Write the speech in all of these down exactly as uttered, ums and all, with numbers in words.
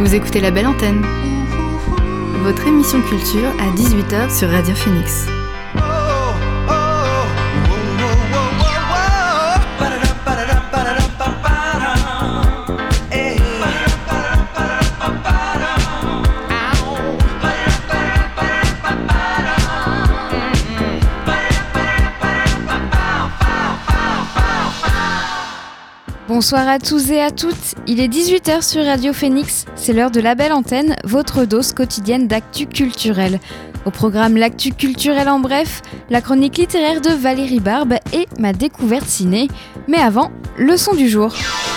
Vous écoutez La Belle Antenne, votre émission culture à dix-huit heures sur Radio Phoenix. Bonsoir à tous et à toutes, il est dix-huit heures sur Radio Phoenix, c'est l'heure de La Belle Antenne, votre dose quotidienne d'actu culturel. Au programme l'actu culturel en bref, la chronique littéraire de Valérie Barbe et ma découverte ciné. Mais avant, le son du jour.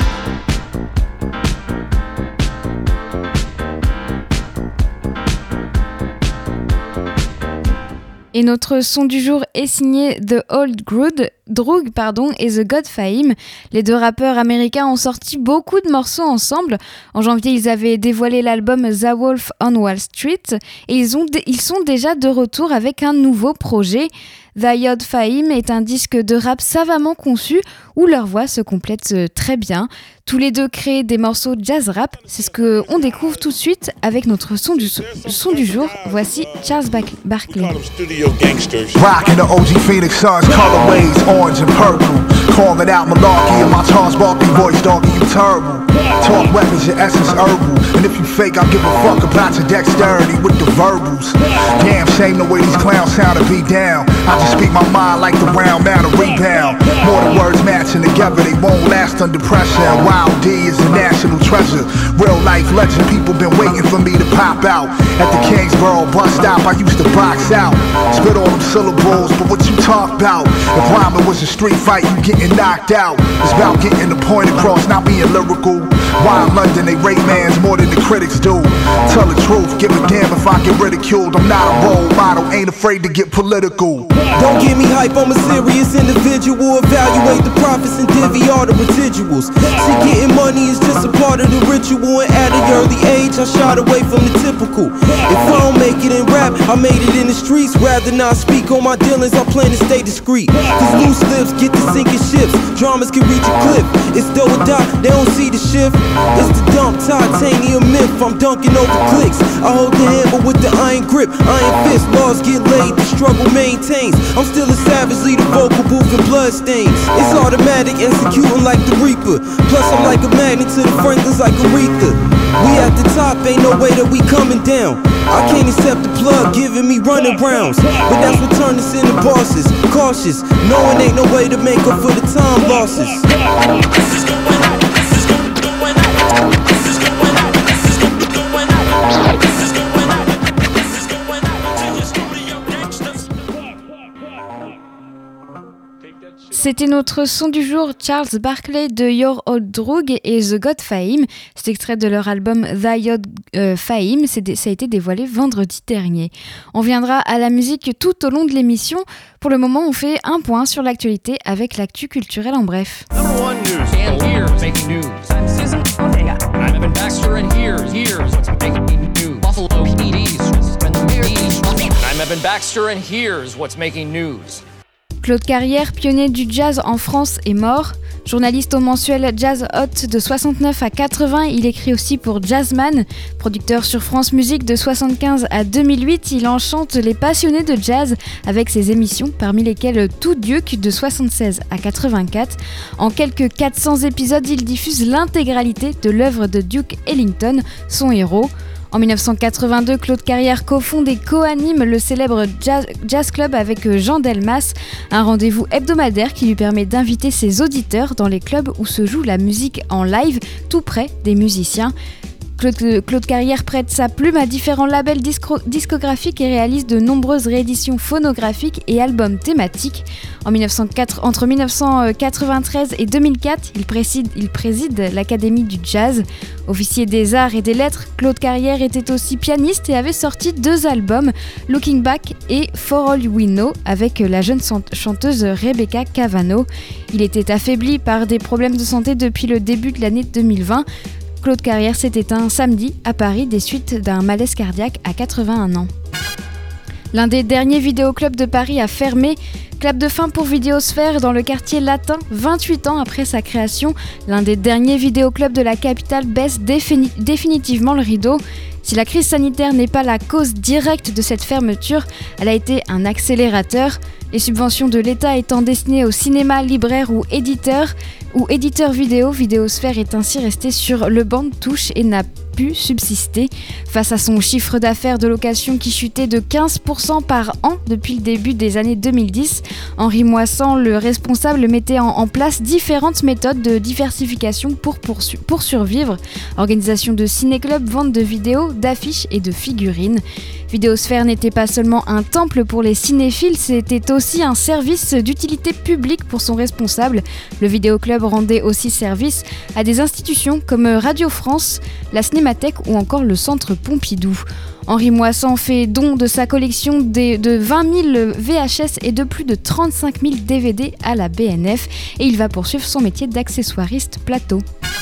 Et notre son du jour est signé The Old Grood, Droog pardon, et The God Fahim. Les deux rappeurs américains ont sorti beaucoup de morceaux ensemble. En janvier, ils avaient dévoilé l'album The Wolf on Wall Street et ils, ont d- ils sont déjà de retour avec un nouveau projet. The God Fahim est un disque de rap savamment conçu où leurs voix se complètent très bien. Tous les deux créent des morceaux jazz rap, c'est ce qu'on découvre tout de suite avec notre son du, son du jour. Voici Charles Bar- Barkley. Rockin' the O G Phoenix Suns colorways, orange and purple. Calling out malarkey in my Charles Barkley voice, doggy, you terrible. Talk weapons, your essence herbal. And if you fake, I'll give a fuck about your dexterity with the verbals. Damn shame the way these clowns sound to be down. I just speak my mind like the round mound of rebound. More than words matching together, they won't last under pressure. And Wild D is a national treasure. Real life legend, people been waiting for me to pop out. At the Kingsborough bus stop, I used to box out. Spit all them syllables, but what you talk about? If rhyming was a street fight, you getting knocked out. It's about getting the point across, not being lyrical. Why in London they rate mans more than the critics do? Tell the truth, give a damn if I get ridiculed. I'm not a role model, ain't afraid to get political. Don't get me hype, I'm a serious individual. Evaluate the profits and divvy all the residuals. See, getting money is just a part of the ritual. And at an early age, I shied away from the typical. If I don't make it in rap, I made it in the streets. Rather not speak on my dealings, I plan to stay discreet. Cause loose lips get to sinking ships. Dramas can reach a cliff. It's do or die, they don't see the shift. It's the dumb titanium myth. I'm dunking over clicks. I hold the hammer with the iron grip. Iron fist, laws get laid, the struggle maintains. I'm still a savage, lead a vocal booth and bloodstains. It's automatic, executing like the Reaper. Plus I'm like a magnet to the Franklins like Aretha. We at the top, ain't no way that we coming down. I can't accept the plug giving me running rounds. But that's what turned us into bosses. Cautious, knowing ain't no way to make up for the time losses. This is going on, this is going on, this is going on, this is going on, this is going on, this is going on, to the studio gangsters. C'était notre son du jour, Charles Barkley de Your Old Droog et The God Fahim. C'est extrait de leur album The God euh, Fahim, c'est dé- ça a été dévoilé vendredi dernier. On viendra à la musique tout au long de l'émission. Pour le moment, on fait un point sur l'actualité avec l'actu culturelle en bref. Number one news. And here's making news. I'm Susan Ortega. I'm Evan Baxter, and here's, here's what's making news. Buffalo P D's. I'm Evan Baxter, and here's what's making news. Claude Carrière, pionnier du jazz en France, est mort. Journaliste au mensuel Jazz Hot de soixante-neuf à quatre-vingts, il écrit aussi pour Jazzman. Producteur sur France Musique de soixante-quinze à deux mille huit, il enchante les passionnés de jazz avec ses émissions, parmi lesquelles Tout Duke de soixante-seize à quatre-vingt-quatre. En quelques quatre cents épisodes, il diffuse l'intégralité de l'œuvre de Duke Ellington, son héros. En dix-neuf cent quatre-vingt-deux, Claude Carrière cofonde et co-anime le célèbre Jazz, Jazz Club avec Jean Delmas, un rendez-vous hebdomadaire qui lui permet d'inviter ses auditeurs dans les clubs où se joue la musique en live, tout près des musiciens. Claude, Claude Carrière prête sa plume à différents labels disco, discographiques et réalise de nombreuses rééditions phonographiques et albums thématiques. En dix-neuf cent quatre, entre dix-neuf cent quatre-vingt-treize et deux mille quatre, il préside, il préside l'Académie du Jazz. Officier des arts et des lettres, Claude Carrière était aussi pianiste et avait sorti deux albums, Looking Back et For All We Know, avec la jeune chanteuse Rebecca Cavano. Il était affaibli par des problèmes de santé depuis le début de l'année deux mille vingt. Claude Carrière s'est éteint samedi à Paris des suites d'un malaise cardiaque à quatre-vingt-un ans. L'un des derniers vidéoclubs de Paris a fermé. Clap de fin pour Vidéosphère dans le quartier latin, vingt-huit ans après sa création. L'un des derniers vidéoclubs de la capitale baisse défini- définitivement le rideau. Si la crise sanitaire n'est pas la cause directe de cette fermeture, elle a été un accélérateur. Les subventions de l'État étant destinées aux cinémas, libraires ou éditeurs, ou éditeurs vidéo, Vidéosphère est ainsi resté sur le banc de touche et n'a pu subsister. Face à son chiffre d'affaires de location qui chutait de quinze pour cent par an depuis le début des années deux mille dix, Henri Moissan, le responsable, mettait en, en place différentes méthodes de diversification pour, pour, pour survivre. Organisation de ciné-clubs, vente de vidéos, d'affiches et de figurines. Vidéosphère n'était pas seulement un temple pour les cinéphiles, c'était aussi un service d'utilité publique pour son responsable. Le vidéoclub rendait aussi service à des institutions comme Radio France, la Cinémathèque ou encore le Centre Pompidou. Henri Moissan fait don de sa collection de vingt mille V H S et de plus de trente-cinq mille D V D à la B N F et il va poursuivre son métier d'accessoiriste plateau.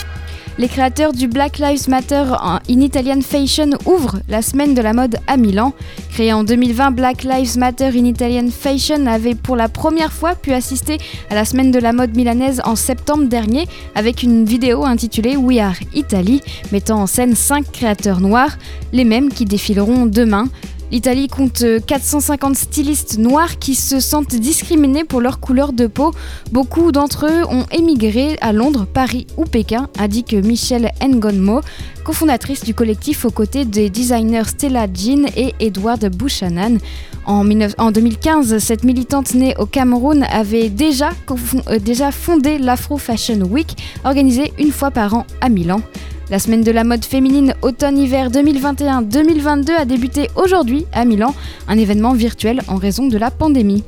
Les créateurs du Black Lives Matter in Italian Fashion ouvrent la semaine de la mode à Milan. Créé en deux mille vingt, Black Lives Matter in Italian Fashion avait pour la première fois pu assister à la semaine de la mode milanaise en septembre dernier avec une vidéo intitulée We Are Italy, mettant en scène cinq créateurs noirs, les mêmes qui défileront demain. L'Italie compte quatre cent cinquante stylistes noirs qui se sentent discriminés pour leur couleur de peau. Beaucoup d'entre eux ont émigré à Londres, Paris ou Pékin, indique Michelle Ngonmo, cofondatrice du collectif aux côtés des designers Stella Jean et Edward Buchanan. En, en deux mille quinze, cette militante née au Cameroun avait déjà, euh, déjà fondé l'Afro Fashion Week, organisée une fois par an à Milan. La semaine de la mode féminine automne-hiver deux mille vingt et un deux mille vingt-deux a débuté aujourd'hui à Milan, un événement virtuel en raison de la pandémie.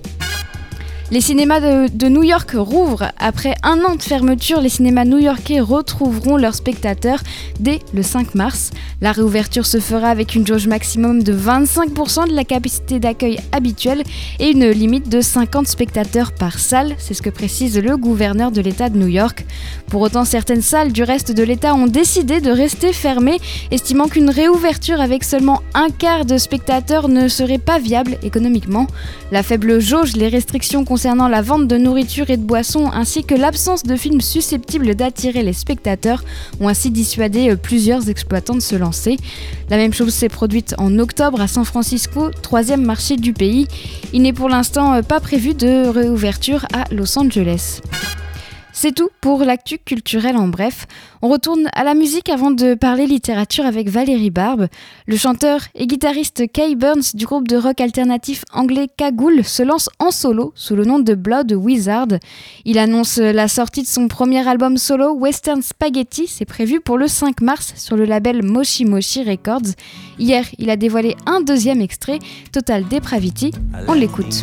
Les cinémas de, de New York rouvrent. Après un an de fermeture, les cinémas new-yorkais retrouveront leurs spectateurs dès le cinq mars. La réouverture se fera avec une jauge maximum de vingt-cinq pour cent de la capacité d'accueil habituelle et une limite de cinquante spectateurs par salle, c'est ce que précise le gouverneur de l'État de New York. Pour autant, certaines salles du reste de l'État ont décidé de rester fermées, estimant qu'une réouverture avec seulement un quart de spectateurs ne serait pas viable économiquement. La faible jauge, les restrictions concernant la vente de nourriture et de boissons ainsi que l'absence de films susceptibles d'attirer les spectateurs ont ainsi dissuadé plusieurs exploitants de se lancer. La même chose s'est produite en octobre à San Francisco, troisième marché du pays. Il n'est pour l'instant pas prévu de réouverture à Los Angeles. C'est tout pour l'actu culturelle en bref. On retourne à la musique avant de parler littérature avec Valérie Barbe. Le chanteur et guitariste Kay Burns du groupe de rock alternatif anglais Cagoule se lance en solo sous le nom de Blood Wizard. Il annonce la sortie de son premier album solo Western Spaghetti, c'est prévu pour le cinq mars sur le label Moshi Moshi Records. Hier, il a dévoilé un deuxième extrait, Total Depravity. On l'écoute.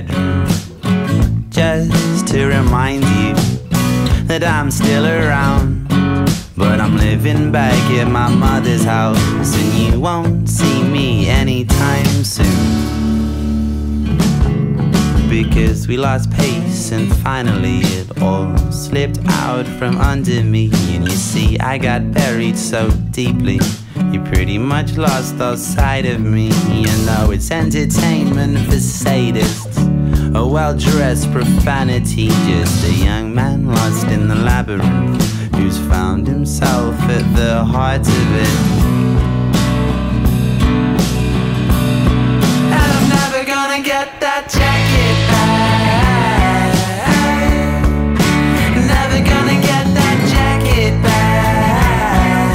Just to remind you that I'm still around, but I'm living back at my mother's house, and you won't see me anytime soon, because we lost pace and finally it all slipped out from under me. And you see, I got buried so deeply, you pretty much lost all sight of me. You know it's entertainment for sadists, a well-dressed profanity, just a young man lost in the labyrinth who's found himself at the heart of it. And I'm never gonna get that jacket back, never gonna get that jacket back,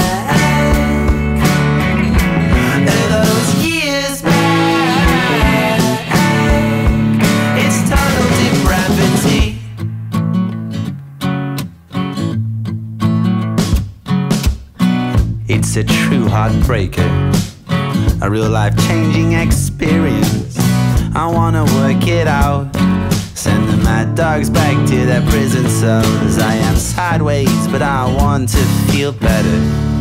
those years back, it's total depravity. It's a true heartbreaker, a real life-changing experience. I wanna work it out, send the mad dogs back to their prison cells. I am sideways, but I want to feel better.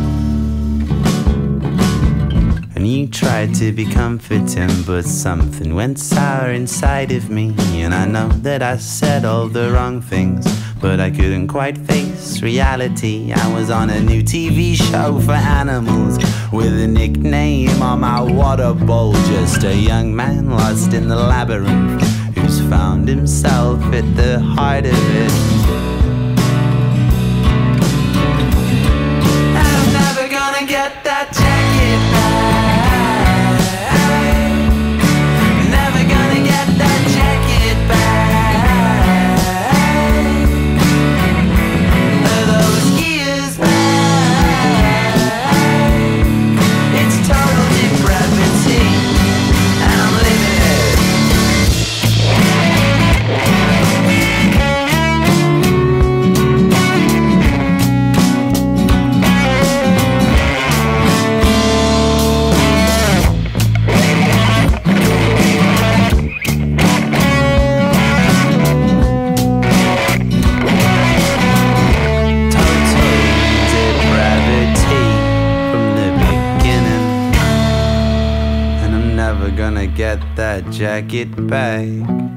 And you tried to be comforting, but something went sour inside of me. And I know that I said all the wrong things, but I couldn't quite face reality. I was on a new T V show for animals with a nickname on my water bowl. Just a young man lost in the labyrinth who's found himself at the heart of it. And I'm never gonna get that jacket back. Never gonna get that jacket back. Those years back. It's total depravity, and I'm living it. Gonna get that jacket back.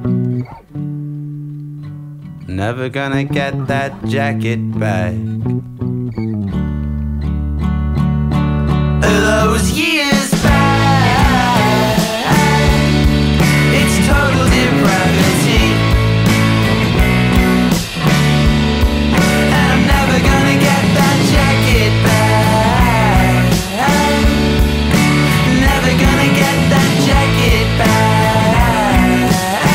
Never gonna get that jacket back. Those years back. It's total depravity, and I'm never gonna get that jacket back. Never gonna get that jacket back.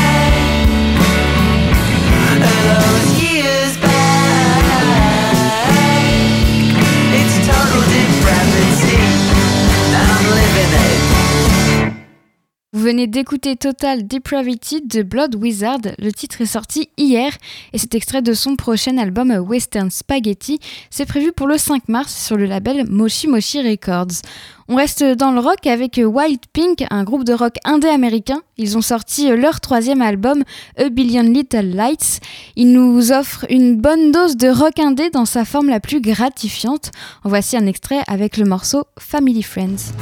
Those years back. It's total depravity, and I'm living it. Vous venez d'écouter Total Depravity de Blood Wizard. Le titre est sorti hier et c'est extrait de son prochain album Western Spaghetti. C'est prévu pour le cinq mars sur le label Moshi Moshi Records. On reste dans le rock avec Wild Pink, un groupe de rock indé américain. Ils ont sorti leur troisième album, A Billion Little Lights. Ils nous offrent une bonne dose de rock indé dans sa forme la plus gratifiante. En voici un extrait avec le morceau Family Friends.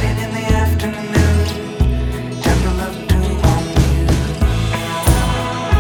Afternoon, temple of doom on you.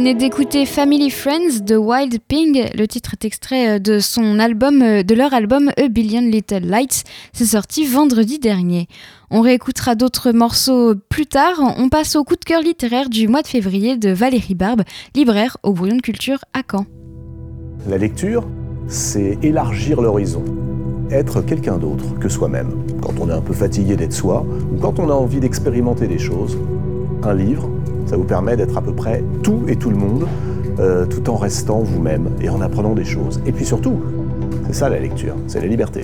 venez d'écouter Family Friends de Wild Pig. Le titre est extrait de son album, de leur album A Billion Little Lights. C'est sorti vendredi dernier. On réécoutera d'autres morceaux plus tard. On passe au coup de cœur littéraire du mois de février de Valérie Barbe, libraire au Brouillon de Culture à Caen. La lecture, c'est élargir l'horizon, être quelqu'un d'autre que soi-même. Quand on est un peu fatigué d'être soi, ou quand on a envie d'expérimenter des choses, un livre, ça vous permet d'être à peu près tout et tout le monde, euh, tout en restant vous-même et en apprenant des choses. Et puis surtout, c'est ça la lecture, c'est la liberté.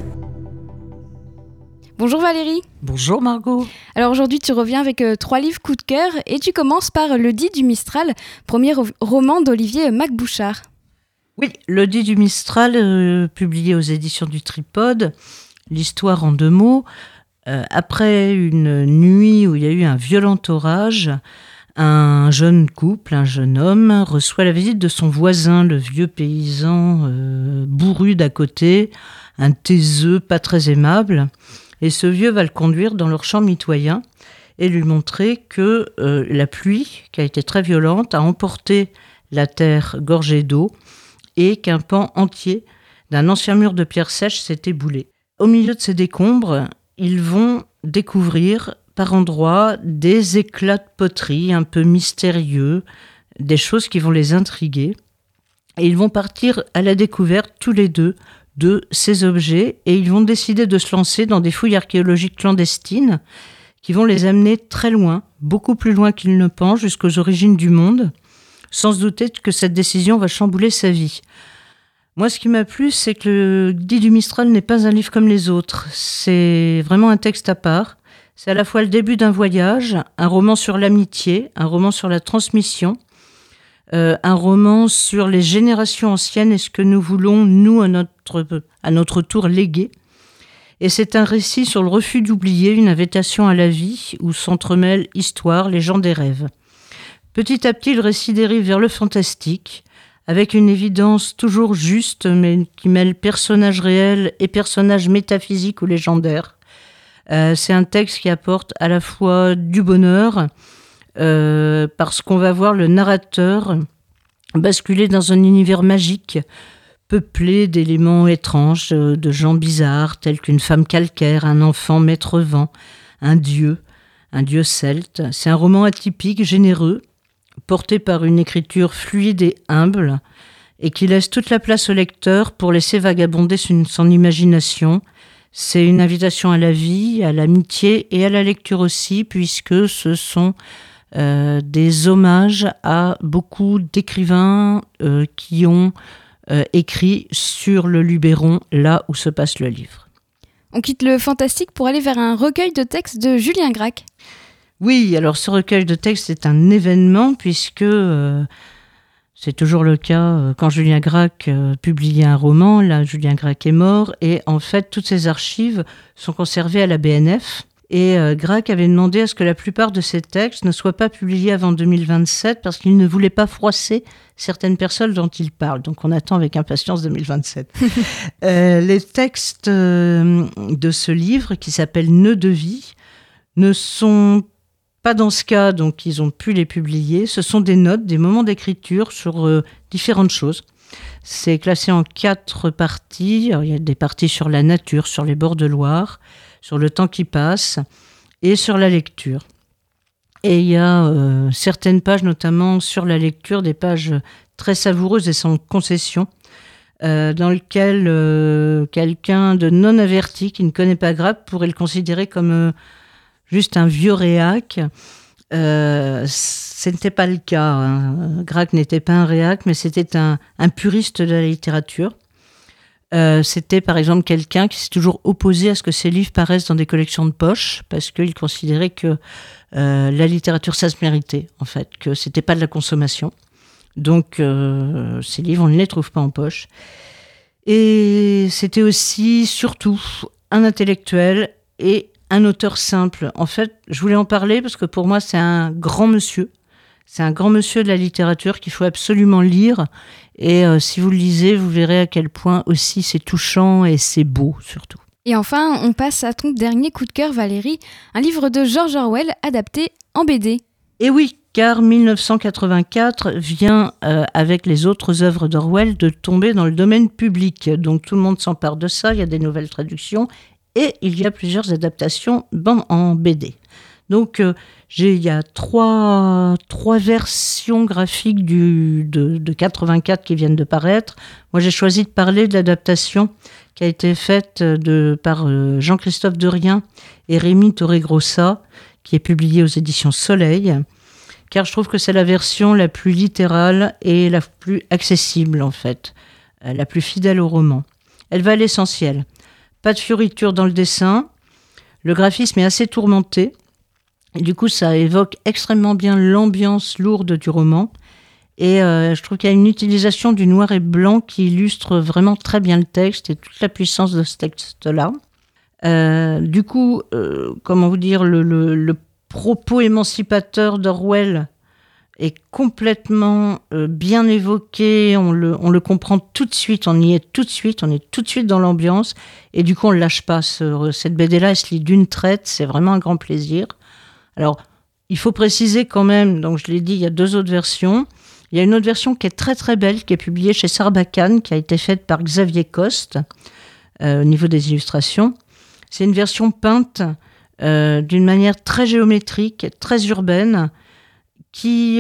Bonjour Valérie. Bonjour Margot. Alors aujourd'hui tu reviens avec euh, trois livres coup de cœur et tu commences par Le Dix du Mistral, premier ro- roman d'Olivier Mac-Bouchard. Oui, Le Dix du Mistral, euh, publié aux éditions du Tripode, l'histoire en deux mots. Euh, après une nuit où il y a eu un violent orage, un jeune couple, un jeune homme, reçoit la visite de son voisin, le vieux paysan euh, bourru d'à côté, un taiseux pas très aimable. Et ce vieux va le conduire dans leur champ mitoyen et lui montrer que euh, la pluie, qui a été très violente, a emporté la terre gorgée d'eau et qu'un pan entier d'un ancien mur de pierre sèche s'est éboulé. Au milieu de ces décombres, ils vont découvrir par endroits des éclats de poterie un peu mystérieux, des choses qui vont les intriguer. Et ils vont partir à la découverte tous les deux de ces objets et ils vont décider de se lancer dans des fouilles archéologiques clandestines qui vont les amener très loin, beaucoup plus loin qu'ils ne pensent, jusqu'aux origines du monde, sans se douter que cette décision va chambouler sa vie. Moi, ce qui m'a plu, c'est que Le Dix du Mistral n'est pas un livre comme les autres. C'est vraiment un texte à part. C'est à la fois le début d'un voyage, un roman sur l'amitié, un roman sur la transmission, Euh, un roman sur les générations anciennes et ce que nous voulons, nous, à notre, à notre tour, léguer. Et c'est un récit sur le refus d'oublier, une invitation à la vie où s'entremêlent histoire, légende et rêve. Petit à petit, le récit dérive vers le fantastique, avec une évidence toujours juste, mais qui mêle personnages réels et personnages métaphysiques ou légendaires. Euh, c'est un texte qui apporte à la fois du bonheur, Euh, parce qu'on va voir le narrateur basculer dans un univers magique, peuplé d'éléments étranges, de gens bizarres, tels qu'une femme calcaire, un enfant maître-vent, un dieu, un dieu celte. C'est un roman atypique, généreux, porté par une écriture fluide et humble, et qui laisse toute la place au lecteur pour laisser vagabonder son, son imagination. C'est une invitation à la vie, à l'amitié et à la lecture aussi, puisque ce sont Euh, des hommages à beaucoup d'écrivains euh, qui ont euh, écrit sur le Luberon, là où se passe le livre. On quitte le fantastique pour aller vers un recueil de textes de Julien Gracq. Oui, alors ce recueil de textes est un événement puisque euh, c'est toujours le cas euh, quand Julien Gracq euh, publiait un roman. Là, Julien Gracq est mort et en fait, toutes ces archives sont conservées à la B N F. Et euh, Gracq avait demandé à ce que la plupart de ces textes ne soient pas publiés avant deux mille vingt-sept parce qu'il ne voulait pas froisser certaines personnes dont il parle. Donc on attend avec impatience deux mille vingt-sept. euh, les textes euh, de ce livre, qui s'appelle Nœud de vie, ne sont pas dans ce cas, donc ils ont pu les publier. Ce sont des notes, des moments d'écriture sur euh, différentes choses. C'est classé en quatre parties. Alors, il y a des parties sur la nature, sur les bords de Loire, sur le temps qui passe et sur la lecture. Et il y a euh, certaines pages, notamment sur la lecture, des pages très savoureuses et sans concession, euh, dans lesquelles euh, quelqu'un de non averti, qui ne connaît pas Gracq, pourrait le considérer comme euh, juste un vieux réac. Euh, ce n'était pas le cas. Hein. Gracq n'était pas un réac, mais c'était un, un puriste de la littérature. Euh, c'était par exemple quelqu'un qui s'est toujours opposé à ce que ses livres paraissent dans des collections de poche, parce qu'il considérait que euh, la littérature, ça se méritait, en fait, que c'était pas de la consommation. Donc, euh, ces livres, on ne les trouve pas en poche. Et c'était aussi, surtout, un intellectuel et un auteur simple. En fait, je voulais en parler parce que pour moi, c'est un grand monsieur. C'est un grand monsieur de la littérature qu'il faut absolument lire. Et euh, si vous le lisez, vous verrez à quel point aussi c'est touchant et c'est beau, surtout. Et enfin, on passe à ton dernier coup de cœur, Valérie, un livre de George Orwell adapté en B D. Et oui, car dix-neuf cent quatre-vingt-quatre vient, euh, avec les autres œuvres d'Orwell, de tomber dans le domaine public. Donc tout le monde s'empare de ça, il y a des nouvelles traductions, et il y a plusieurs adaptations en B D. Donc euh, j'ai, il y a trois, trois versions graphiques du, de, de quatre-vingt-quatre qui viennent de paraître. Moi j'ai choisi de parler de l'adaptation qui a été faite de, par euh, Jean-Christophe Derrien et Rémi Torregrossa, qui est publiée aux éditions Soleil, car je trouve que c'est la version la plus littérale et la plus accessible, en fait, euh, la plus fidèle au roman. Elle va à l'essentiel. Pas de fioriture dans le dessin, le graphisme est assez tourmenté, et du coup ça évoque extrêmement bien l'ambiance lourde du roman, et euh, je trouve qu'il y a une utilisation du noir et blanc qui illustre vraiment très bien le texte et toute la puissance de ce texte-là. Euh, du coup, euh, comment vous dire, le, le, le propos émancipateur d'Orwell est complètement euh, bien évoqué, on le, on le comprend tout de suite, on y est tout de suite, on est tout de suite dans l'ambiance, et du coup on ne lâche pas. Ce, cette B D-là, elle se lit d'une traite, c'est vraiment un grand plaisir. Alors, il faut préciser quand même, donc je l'ai dit, il y a deux autres versions. Il y a une autre version qui est très très belle, qui est publiée chez Sarbacane, qui a été faite par Xavier Coste, euh, au niveau des illustrations. C'est une version peinte Euh, d'une manière très géométrique, très urbaine, qui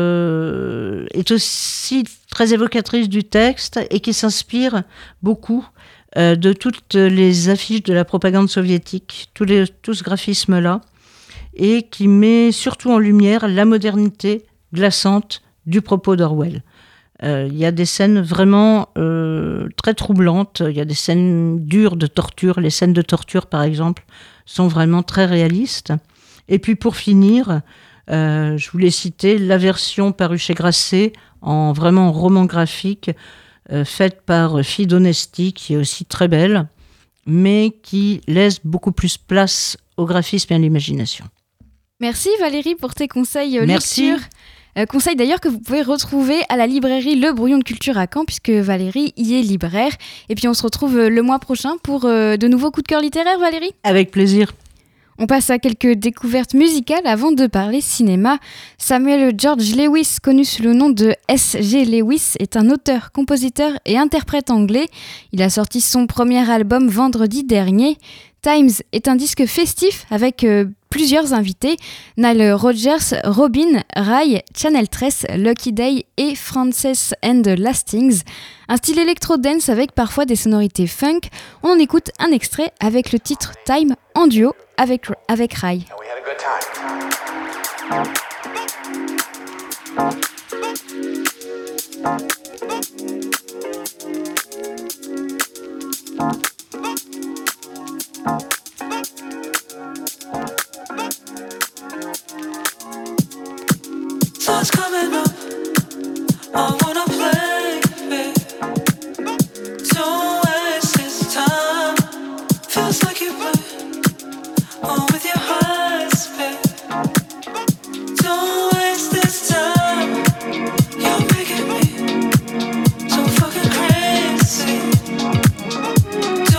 euh, est aussi très évocatrice du texte et qui s'inspire beaucoup euh, de toutes les affiches de la propagande soviétique, tout, les, tout ce graphisme-là, et qui met surtout en lumière la modernité glaçante du propos d'Orwell. Il euh, y a des scènes vraiment euh, très troublantes, il y a des scènes dures de torture, les scènes de torture par exemple sont vraiment très réalistes. Et puis pour finir, euh, je voulais citer la version parue chez Grasset en vraiment roman graphique, euh, faite par Fille d'Honesty, qui est aussi très belle, mais qui laisse beaucoup plus place au graphisme et à l'imagination. Merci Valérie pour tes conseils euh, Merci. lecture. Euh, conseil d'ailleurs que vous pouvez retrouver à la librairie Le Brouillon de Culture à Caen, puisque Valérie y est libraire. Et puis on se retrouve euh, le mois prochain pour euh, de nouveaux coups de cœur littéraires, Valérie. Avec plaisir. On passe à quelques découvertes musicales avant de parler cinéma. Samuel George Lewis, connu sous le nom de S G Lewis, est un auteur, compositeur et interprète anglais. Il a sorti son premier album vendredi dernier. Times est un disque festif avec euh, plusieurs invités, Nile Rodgers, Robin, Rai, Channel treize, Lucky Day et Frances and the Lastings. Un style électro-dance avec parfois des sonorités funk. On en écoute un extrait avec le titre Time en duo avec, avec Rai. Thoughts coming up, I wanna play, don't waste this time, feels like you play, oh with your eyes, babe, don't waste this time, you're making me so fucking crazy,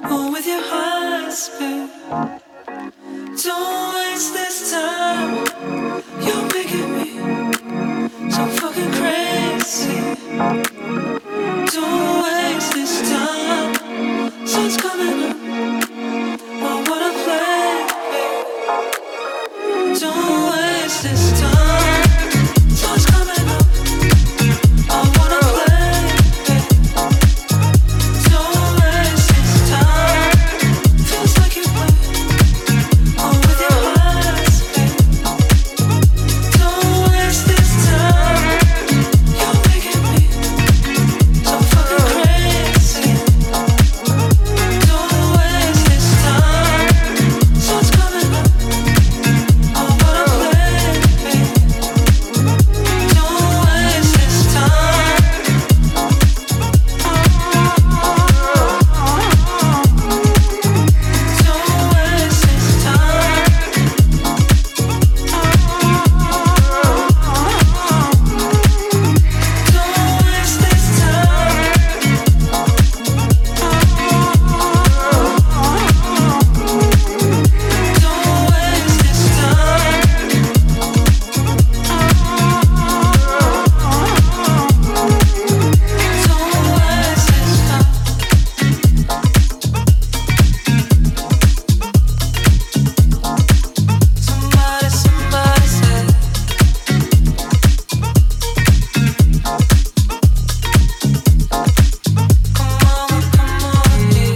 or with your husband. Don't waste this time. You're making me so fucking crazy. Don't waste this time. Sun's coming up. I wanna play. Don't waste this time. Sun's coming up. I wanna play. Don't waste this time. Feels like you play. Oh, with your husband. Don't waste this time. You're making me so fucking crazy. Don't waste this time. Sun's coming up. I wanna play. Don't waste this time. Don't waste this time. Don't waste this time. Don't waste this time. Don't waste this time. Somebody, somebody said. Come on, come on, yeah.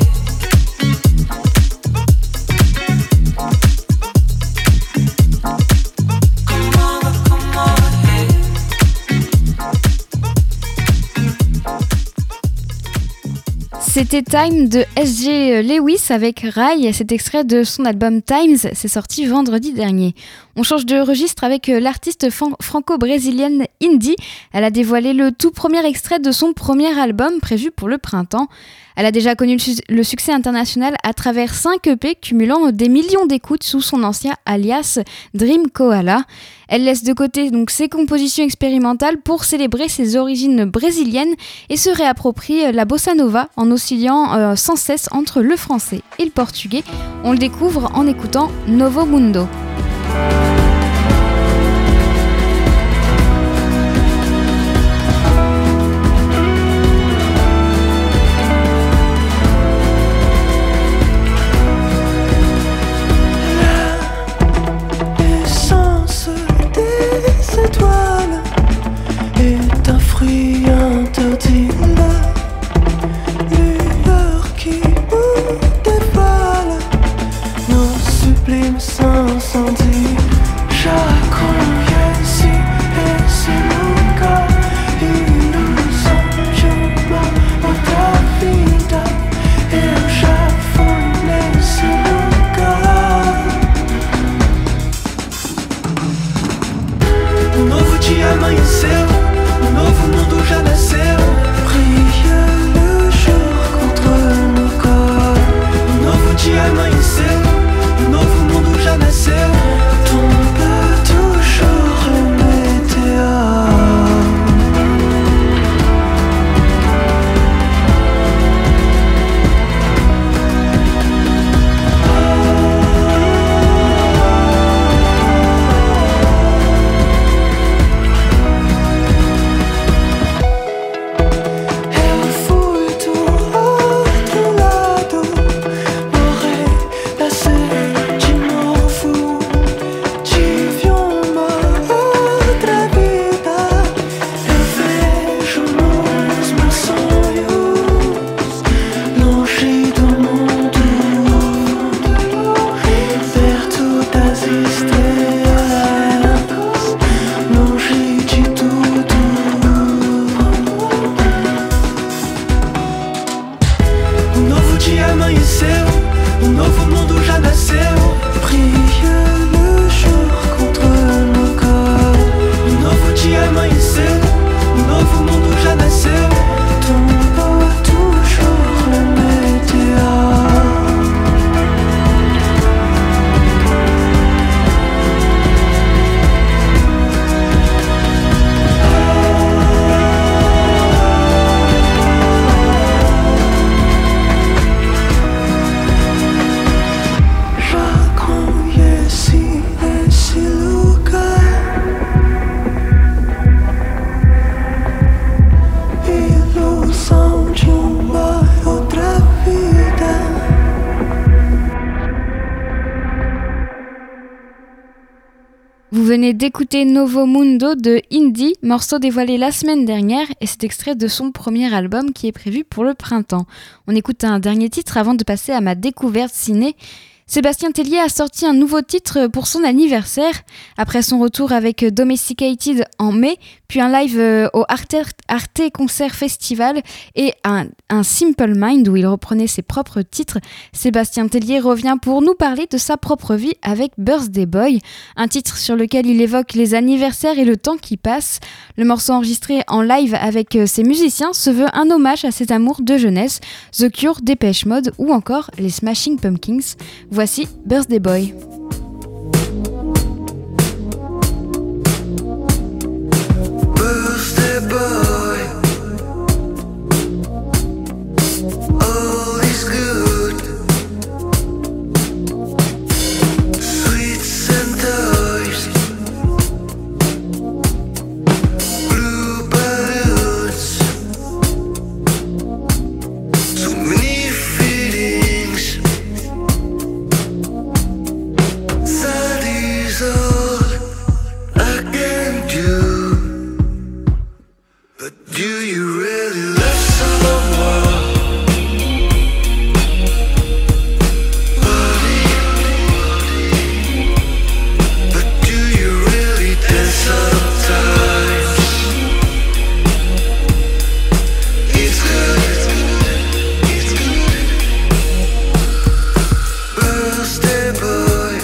Come on, come on, yeah. C'était Time de S J Lewis avec Rai, cet extrait de son album Times, c'est sorti vendredi dernier. On change de registre avec l'artiste fan- franco-brésilienne Indy. Elle a dévoilé le tout premier extrait de son premier album prévu pour le printemps. Elle a déjà connu le, su- le succès international à travers cinq E P cumulant des millions d'écoutes sous son ancien alias Dream Koala. Elle laisse de côté donc ses compositions expérimentales pour célébrer ses origines brésiliennes et se réapproprie la bossa nova en oscillant euh, sans cesse entre le français et le portugais. On le découvre en écoutant Novo Mundo. L'essence des étoiles est un fruit interdit. La lueur qui nous dévoile nos sublimes incendies. venez d'écouter Novo Mundo de Indie, morceau dévoilé la semaine dernière, et c'est extrait de son premier album qui est prévu pour le printemps. On écoute un dernier titre avant de passer à ma découverte ciné. Sébastien Tellier a sorti un nouveau titre pour son anniversaire. Après son retour avec Domesticated en mai, puis un live au Arte, Arte Concert Festival et un, un Simple Mind où il reprenait ses propres titres, Sébastien Tellier revient pour nous parler de sa propre vie avec Birthday Boy, un titre sur lequel il évoque les anniversaires et le temps qui passe. Le morceau enregistré en live avec ses musiciens se veut un hommage à ses amours de jeunesse, The Cure, Dépêche Mode ou encore les Smashing Pumpkins. Voici Birthday Boy. Birthday boy, all is good. Sweets and toys, blue balloons, so many feelings. That is all I can do. But do you really love someone? But do you really dance sometimes? It's good, it's good. Birthday boy,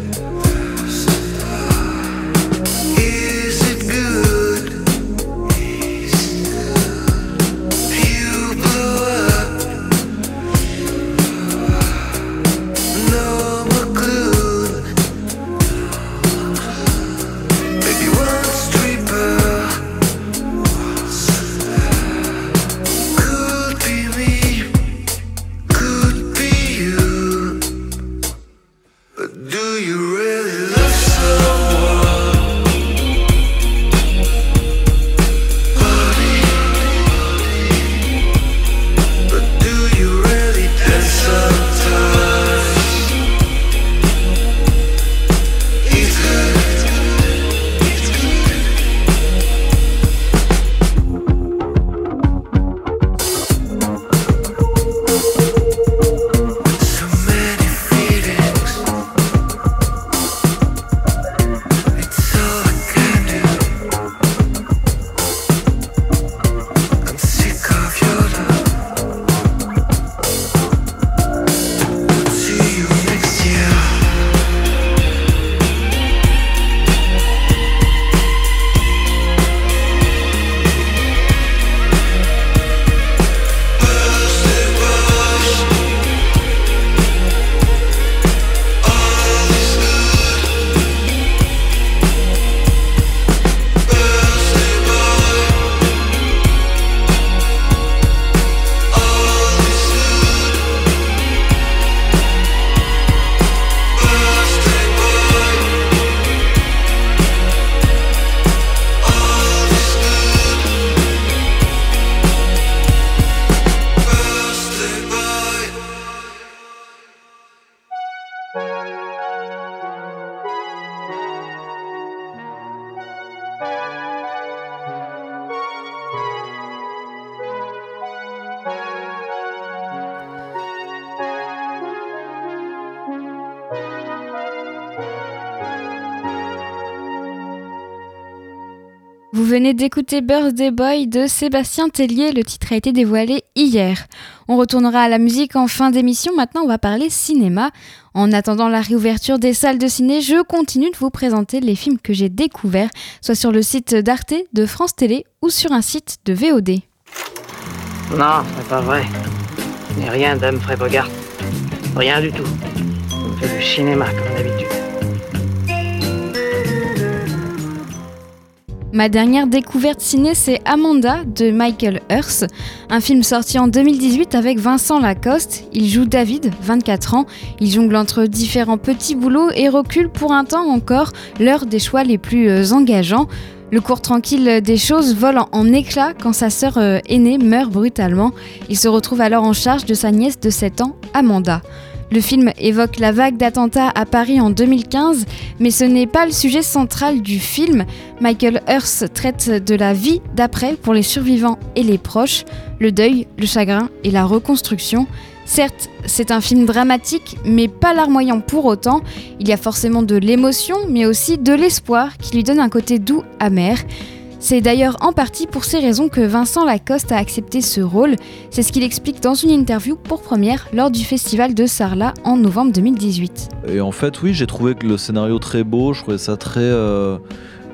is it good? You blew up, no more clue. Maybe one stripper could be me, could be you. But do you really love someone? But do you really dance sometimes? It's good, it's good. So many feelings. It's all I can do. I'm sick of your love. See you next year. Birthday boy, all is good. Birthday boy, all is good. Birthday boy, all is good. Birthday boy. Vous venez d'écouter Birthday Boy de Sébastien Tellier, le titre a été dévoilé hier. On retournera à la musique en fin d'émission, maintenant on va parler cinéma. En attendant la réouverture des salles de ciné, je continue de vous présenter les films que j'ai découverts, soit sur le site d'Arte, de France Télé ou sur un site de V O D. Non, c'est pas vrai. Je n'ai rien d'Humphrey Bogart. Rien du tout. On fait du cinéma comme d'habitude. Ma dernière découverte ciné, c'est Amanda de Michael Hirst, un film sorti en deux mille dix-huit avec Vincent Lacoste. Il joue David, vingt-quatre ans, il jongle entre différents petits boulots et recule pour un temps encore l'heure des choix les plus euh, engageants. Le cours tranquille des choses vole en, en éclats quand sa sœur euh, aînée meurt brutalement. Il se retrouve alors en charge de sa nièce de sept ans, Amanda. Le film évoque la vague d'attentats à Paris en deux mille quinze, mais ce n'est pas le sujet central du film. Michael Hirst traite de la vie d'après pour les survivants et les proches, le deuil, le chagrin et la reconstruction. Certes, c'est un film dramatique, mais pas larmoyant pour autant. Il y a forcément de l'émotion, mais aussi de l'espoir qui lui donne un côté doux, amer. C'est d'ailleurs en partie pour ces raisons que Vincent Lacoste a accepté ce rôle. C'est ce qu'il explique dans une interview pour Première lors du festival de Sarlat en novembre deux mille dix-huit. Et en fait, oui, j'ai trouvé que le scénario très beau, je trouvais ça très... Euh, euh,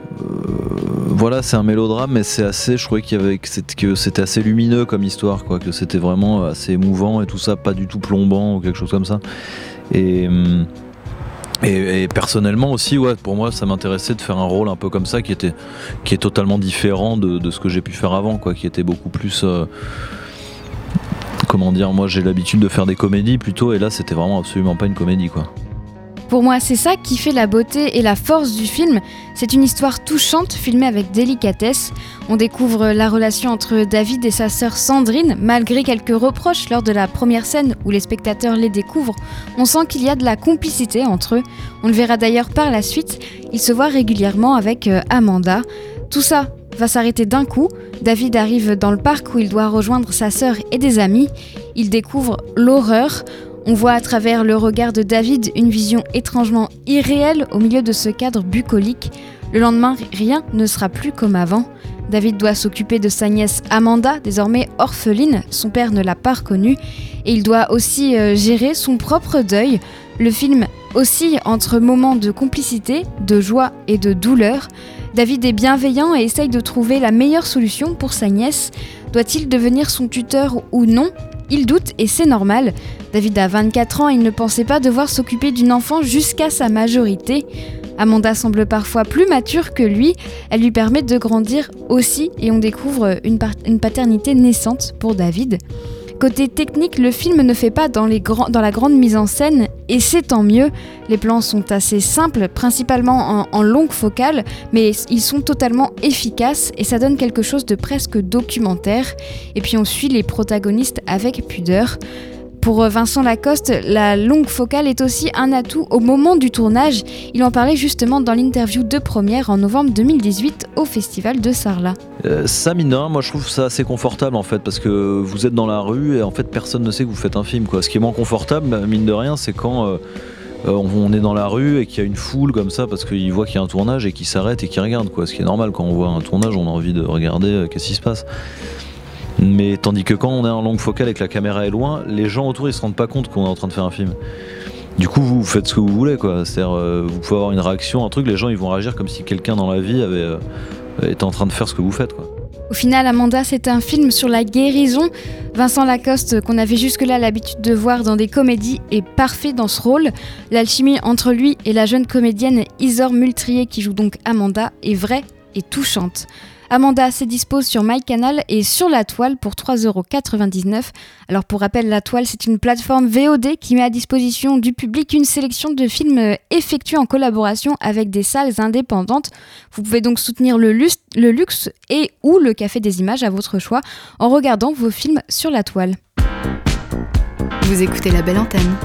voilà, c'est un mélodrame, mais c'est assez... Je trouvais qu'il y avait, que, c'était, que c'était assez lumineux comme histoire, quoi, que c'était vraiment assez émouvant et tout ça, pas du tout plombant ou quelque chose comme ça. Et... Hum, Et, et personnellement aussi, ouais, pour moi, ça m'intéressait de faire un rôle un peu comme ça, qui était, qui est totalement différent de, de ce que j'ai pu faire avant, quoi, qui était beaucoup plus, euh, comment dire, moi j'ai l'habitude de faire des comédies plutôt, et là c'était vraiment absolument pas une comédie, quoi. Pour moi, c'est ça qui fait la beauté et la force du film. C'est une histoire touchante, filmée avec délicatesse. On découvre la relation entre David et sa sœur Sandrine, malgré quelques reproches lors de la première scène où les spectateurs les découvrent. On sent qu'il y a de la complicité entre eux. On le verra d'ailleurs par la suite. Ils se voient régulièrement avec euh, Amanda. Tout ça va s'arrêter d'un coup. David arrive dans le parc où il doit rejoindre sa sœur et des amis. Il découvre l'horreur. On voit à travers le regard de David une vision étrangement irréelle au milieu de ce cadre bucolique. Le lendemain, rien ne sera plus comme avant. David doit s'occuper de sa nièce Amanda, désormais orpheline, son père ne l'a pas reconnue, et il doit aussi euh, gérer son propre deuil. Le film oscille entre moments de complicité, de joie et de douleur. David est bienveillant et essaye de trouver la meilleure solution pour sa nièce. Doit-il devenir son tuteur ou non ? Il doute et c'est normal. David a vingt-quatre ans et il ne pensait pas devoir s'occuper d'une enfant jusqu'à sa majorité. Amanda semble parfois plus mature que lui. Elle lui permet de grandir aussi et on découvre une, par- une paternité naissante pour David. Côté technique, le film ne fait pas dans, les grands, dans la grande mise en scène et c'est tant mieux. Les plans sont assez simples, principalement en, en longue focale, mais ils sont totalement efficaces et ça donne quelque chose de presque documentaire. Et puis on suit les protagonistes avec pudeur. Pour Vincent Lacoste, la longue focale est aussi un atout au moment du tournage. Il en parlait justement dans l'interview de Première en novembre deux mille dix-huit au festival de Sarlat. Euh, ça, mine de rien, moi je trouve ça assez confortable en fait, parce que vous êtes dans la rue et en fait personne ne sait que vous faites un film, quoi. Ce qui est moins confortable, mine de rien, c'est quand euh, on est dans la rue et qu'il y a une foule comme ça parce qu'ils voient qu'il y a un tournage et qu'ils s'arrêtent et qu'ils regardent, quoi. Ce qui est normal, quand on voit un tournage, on a envie de regarder euh, qu'est-ce qui se passe. Mais tandis que quand on est en longue focale et que la caméra est loin, les gens autour ils se rendent pas compte qu'on est en train de faire un film. Du coup vous faites ce que vous voulez, quoi. C'est-à-dire euh, vous pouvez avoir une réaction, un truc, les gens ils vont réagir comme si quelqu'un dans la vie avait euh, était en train de faire ce que vous faites, quoi. Au final, Amanda, c'est un film sur la guérison. Vincent Lacoste, qu'on avait jusque-là l'habitude de voir dans des comédies, est parfait dans ce rôle. L'alchimie entre lui et la jeune comédienne Isor Multrier, qui joue donc Amanda, est vraie et touchante. Amanda se dispose sur MyCanal et sur La Toile pour trois euros quatre-vingt-dix-neuf. Alors pour rappel, La Toile, c'est une plateforme V O D qui met à disposition du public une sélection de films effectués en collaboration avec des salles indépendantes. Vous pouvez donc soutenir le luxe, le luxe et ou le Café des Images à votre choix en regardant vos films sur La Toile. Vous écoutez La Belle Antenne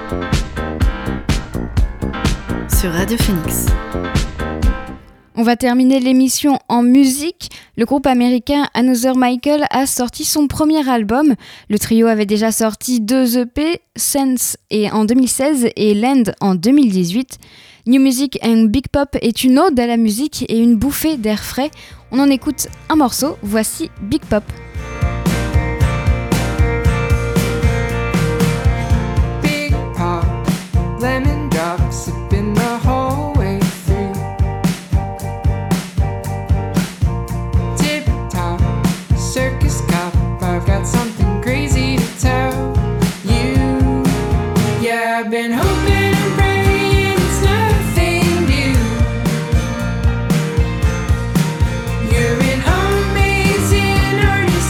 sur Radio Phoenix. On va terminer l'émission en musique. Le groupe américain Another Michael a sorti son premier album. Le trio avait déjà sorti deux E P, Sense et en deux mille seize et Land en deux mille dix-huit. New Music and Big Pop est une ode à la musique et une bouffée d'air frais. On en écoute un morceau, voici Big Pop. Big Pop, lemon drop, sipping the whole way through. Tip top, circus cop, I've got something crazy to tell you. Yeah, I've been hoping and praying it's nothing new. You're an amazing artist.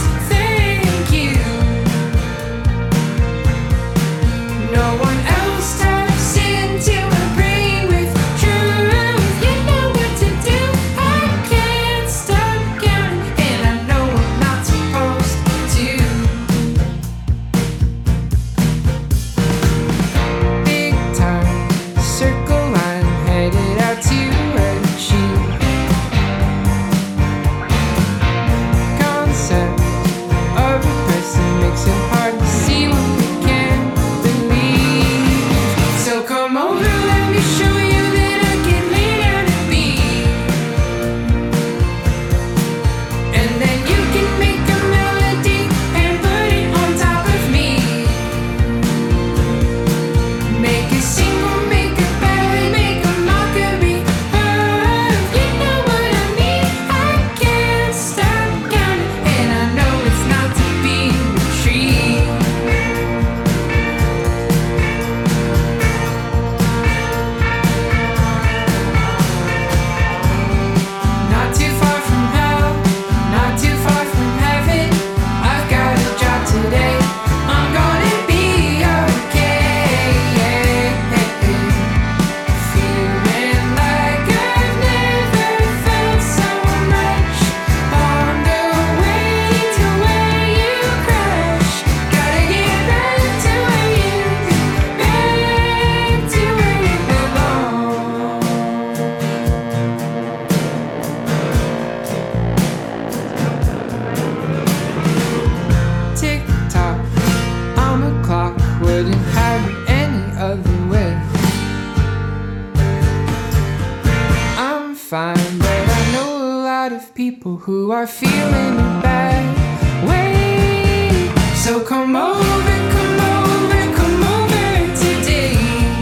people who are feeling a bad way. So come over, come over, come over today.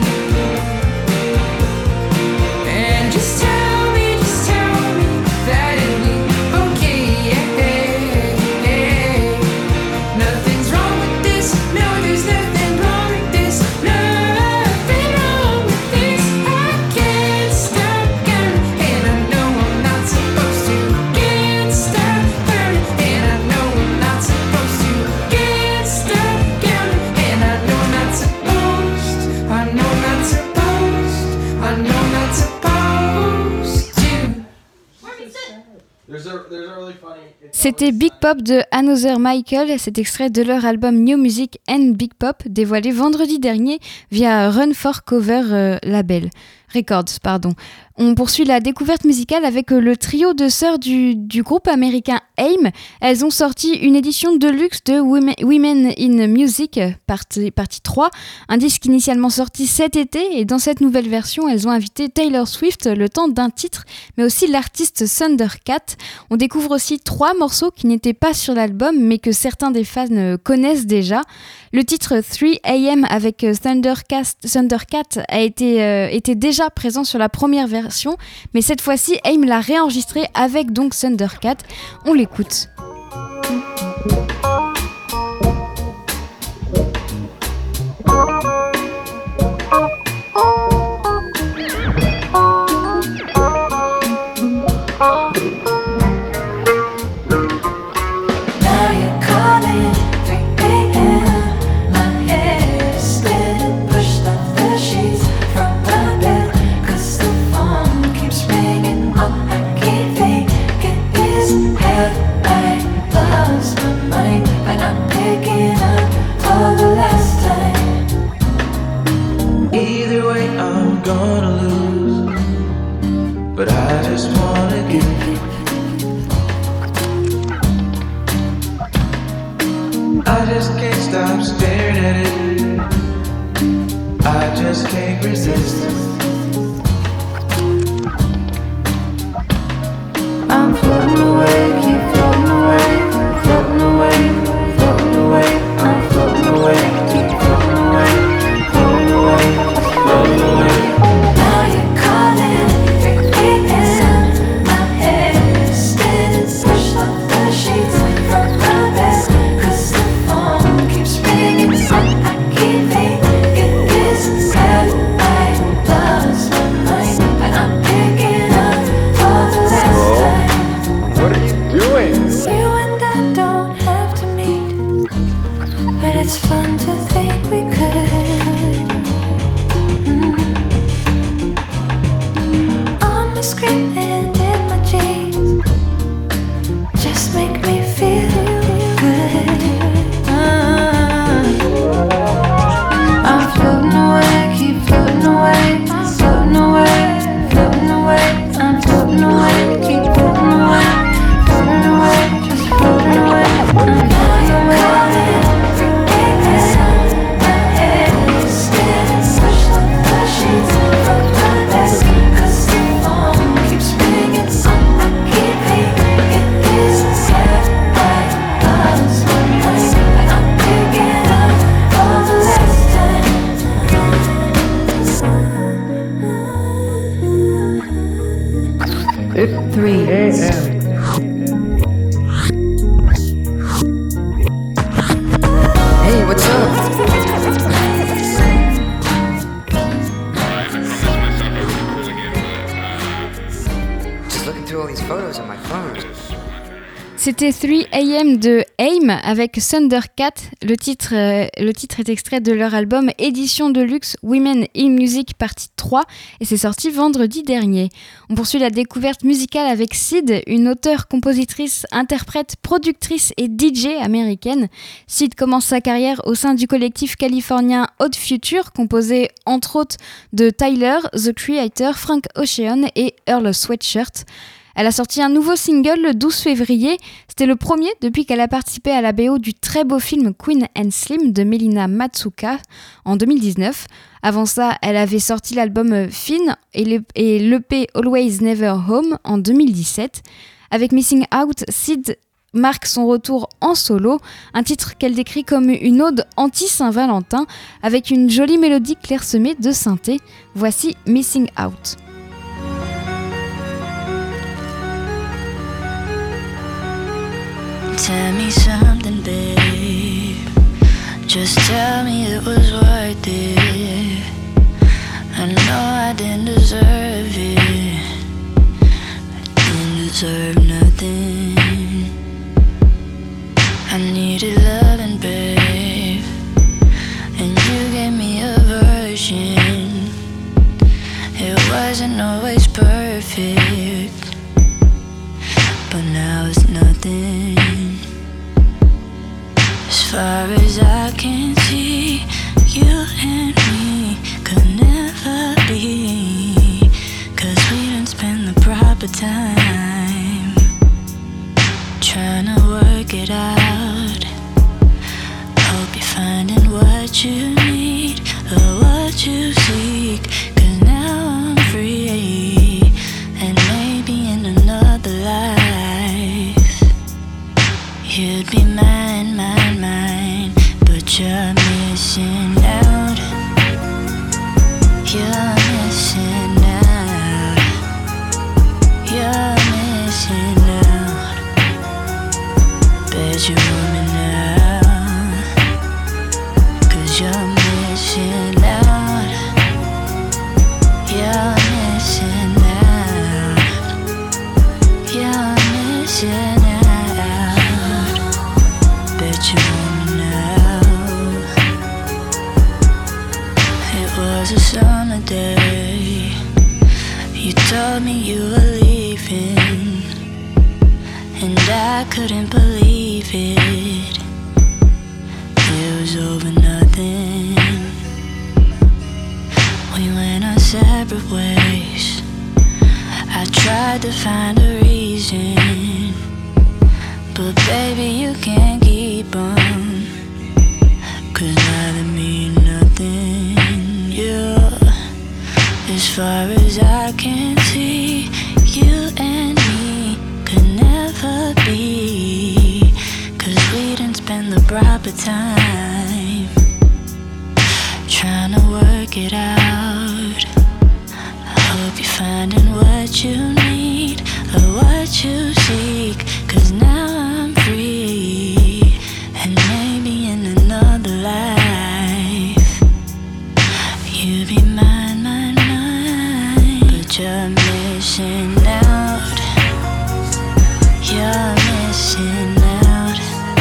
And just tell me, just tell me that it'll be okay. Nothing's wrong with this, no, there's nothing wrong with this, nothing wrong with this. I can't stop counting, and I know I'm not supposed to. Can't stop burning, and I know I'm not supposed to. Can't stop counting, and I know I'm not supposed. I know I'm not supposed. I know I'm not supposed to. C'était Big Pop de Another Michael, cet extrait de leur album New Music and Big Pop, dévoilé vendredi dernier via Run for Cover euh, label. Records, pardon. On poursuit la découverte musicale avec le trio de sœurs du, du groupe américain AIM. Elles ont sorti une édition deluxe de Women, Women in Music, partie, partie trois, un disque initialement sorti cet été, et dans cette nouvelle version, elles ont invité Taylor Swift le temps d'un titre, mais aussi l'artiste Thundercat. On découvre aussi trois morceaux qui n'étaient pas sur l'album, mais que certains des fans connaissent déjà. Le titre three a.m. avec Thundercat, Thundercat a été, euh, était déjà présent sur la première version, mais cette fois-ci, AIM l'a réenregistré avec donc Thundercat. On l'écoute. Either way, I'm gonna lose, but I just wanna give. I just can't stop staring at it. I just can't resist. I'm floating away, keep floating away, floating away, floating away. I'm floating away, keep floating away, floating away, floating away. Now you're calling, three a.m. My head is spinning, push off the sheets from my bed, 'cause the phone keeps ringing. So I keep thinking this have I lost my mind, and I'm picking up for the last time. What are you doing? You and I don't have to meet, but it's fun to think we could. Mm. On my screen and in my jeans, just make me feel good. Uh, I'm floating away, keep floating away, floating away, floating away. I'm floating away, keep floating away, floating away, just floating away. I'm now you're calling, three a.m. My head is spinning, push off the sheets from my desk, 'cause the phone keeps ringing. So I keep thinking this have I lost my mind, and I'm picking up for the last time. It's three a.m. Hey, what's up? Just looking through all these photos on my phone. C'était three a.m. de AIM avec Thundercat. Le titre, euh, le titre est extrait de leur album édition de luxe Women in Music partie trois et c'est sorti vendredi dernier. On poursuit la découverte musicale avec Syd, une auteure, compositrice, interprète, productrice et D J américaine. Syd commence sa carrière au sein du collectif californien Odd Future, composé entre autres de Tyler, The Creator, Frank Ocean et Earl Sweatshirt. Elle a sorti un nouveau single le douze février. C'était le premier depuis qu'elle a participé à la B O du très beau film Queen and Slim de Melina Matsuoka en deux mille dix-neuf. Avant ça, elle avait sorti l'album Finn et l'E P Always Never Home en deux mille dix-sept. Avec Missing Out, Sid marque son retour en solo, un titre qu'elle décrit comme une ode anti-Saint-Valentin avec une jolie mélodie clairsemée de synthé. Voici Missing Out. Tell me something, babe. Just tell me it was worth it. I know I didn't deserve it. I didn't deserve nothing. I needed loving, babe, and you gave me a version. It wasn't always perfect, but now it's nothing. As far as I can see, you and me could never be, 'cause we didn't spend the proper time trying to work it out. Hope you're finding what you need or what you seek, 'cause now I'm free, and maybe in another life you'd be mine, mine, mine. But you're missing out. You're missing out. You're missing out. Bet you want me now, 'cause you're missing out. You're missing out. You're missing out. Bet you want me now. It was a summer day. You told me you were leaving, and I couldn't believe it. It was over nothing. We went our separate ways. I tried to find a reason, but baby you can't keep on, 'cause neither mean nothing. Yeah, as far as I can see, you and me could never be, 'cause we didn't spend the proper time trying to work it out. I hope you're finding what you need or what you seek, 'cause now I'm free, and maybe in another life you'll be mine, mine, mine. But you're missing out. You're missing out.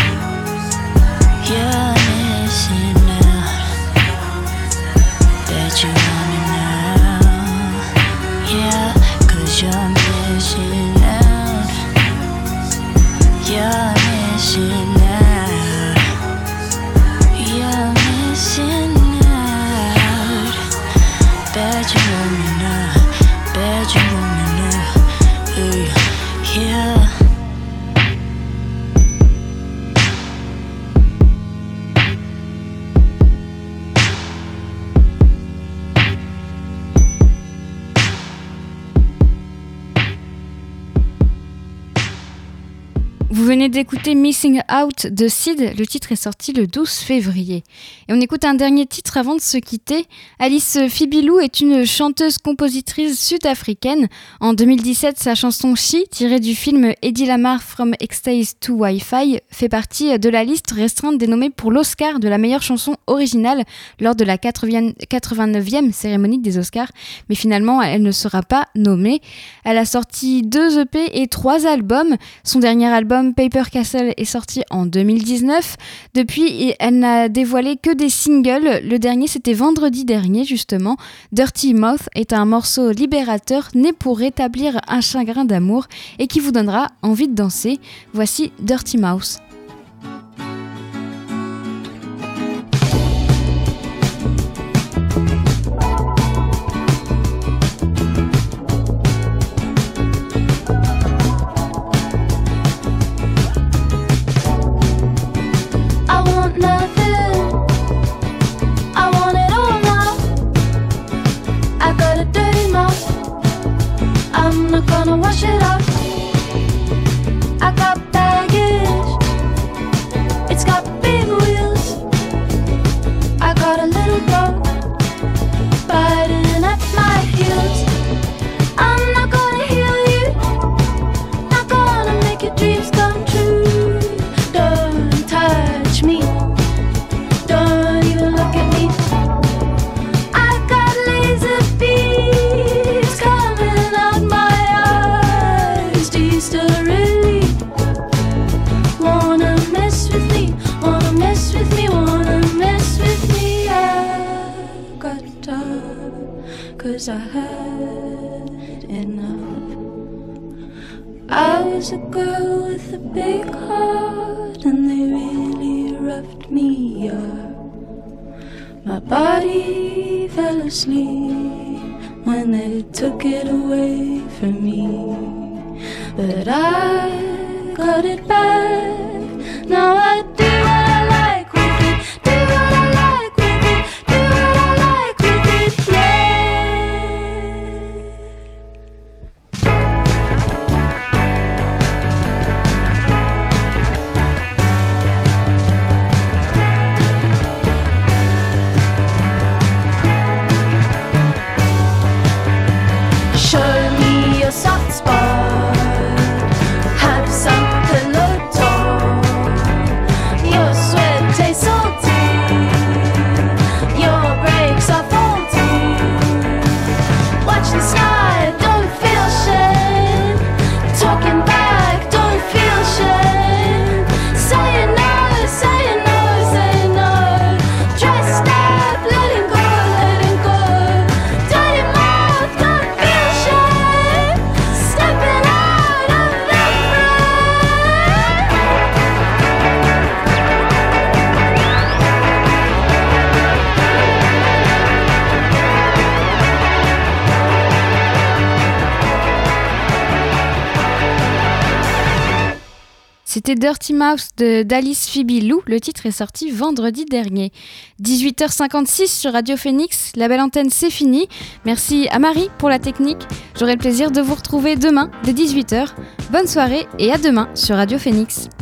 You're missing out. Bet you want me now. Yeah, 'cause you're missing out. You're missing out. You're missing out. Bet you want me now. Bet you want me now. Hey, yeah. Vous venez d'écouter Missing Out de Sid, le titre est sorti le douze février. Et on écoute un dernier titre avant de se quitter. Alice Fibilou est une chanteuse-compositrice sud-africaine. En deux mille dix-sept, sa chanson She, tirée du film Eddie Lamar From Ecstasy to Wi-Fi, fait partie de la liste restreinte dénommée pour l'Oscar de la meilleure chanson originale lors de la quatre-vingt-neuvième cérémonie des Oscars. Mais finalement, elle ne sera pas nommée. Elle a sorti deux E P et trois albums. Son dernier album Paper Castle est sorti en deux mille dix-neuf. Depuis, elle n'a dévoilé que des singles. Le dernier, c'était vendredi dernier, justement. Dirty Mouth est un morceau libérateur né pour rétablir un chagrin d'amour et qui vous donnera envie de danser. Voici Dirty Mouth. 'cause I had enough. I was a girl with a big heart, and they really roughed me up. My body fell asleep when they took it away from me, but I got it back. Now I do what I like with it, do what I like with it, do what I like with it, show me your soft spot, have some your sweat tastes salty, your brakes are faulty. Watch the slide, don't feel shame. Talking back, don't feel shame. Say no, say no, say no. Dressed up, letting go, letting go. Dirty mouth, don't feel shame. Stepping out of the C'était Dirty Mouse de d'Alice Phoebe Lou. Le titre est sorti vendredi dernier. dix-huit heures cinquante-six sur Radio Phoenix. La belle antenne, c'est fini. Merci à Marie pour la technique. J'aurai le plaisir de vous retrouver demain dès dix-huit heures. Bonne soirée et à demain sur Radio Phoenix.